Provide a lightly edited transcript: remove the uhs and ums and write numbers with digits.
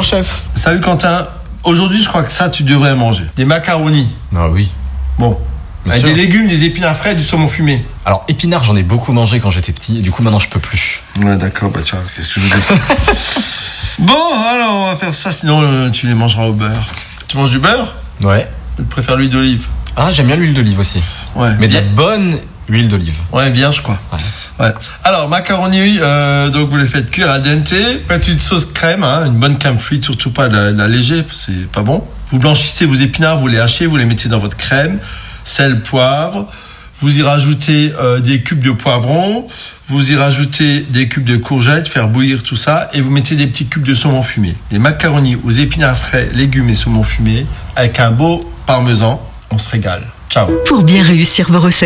Bonjour chef. Salut Quentin. Aujourd'hui, je crois que ça, tu devrais manger. Des macaronis. Ah oui. Bon. Bien Avec sûr. des légumes, des épinards frais et du saumon fumé. Alors épinards, j'en ai beaucoup mangé quand j'étais petit et du coup maintenant je peux plus. Ouais, d'accord, bah tu vois, qu'est-ce que je veux dire. Bon, alors on va faire ça, sinon tu les mangeras au beurre. Tu manges du beurre? Ouais. Tu préfères l'huile d'olive? Ah, j'aime bien l'huile d'olive aussi. Ouais. Mais de la bonne huile d'olive. Ouais, vierge quoi. Ouais. Alors, macaroni, donc vous les faites cuire al dente. Faites une sauce crème, hein, une bonne crème fluide, surtout pas la léger, c'est pas bon. Vous blanchissez vos épinards, vous les hachez, vous les mettez dans votre crème, sel, poivre. Vous y rajoutez des cubes de poivron, vous y rajoutez des cubes de courgettes, faire bouillir tout ça, et vous mettez des petits cubes de saumon fumé. Les macaronis aux épinards frais, légumes et saumon fumé, avec un beau parmesan, on se régale. Ciao. Pour bien réussir vos recettes,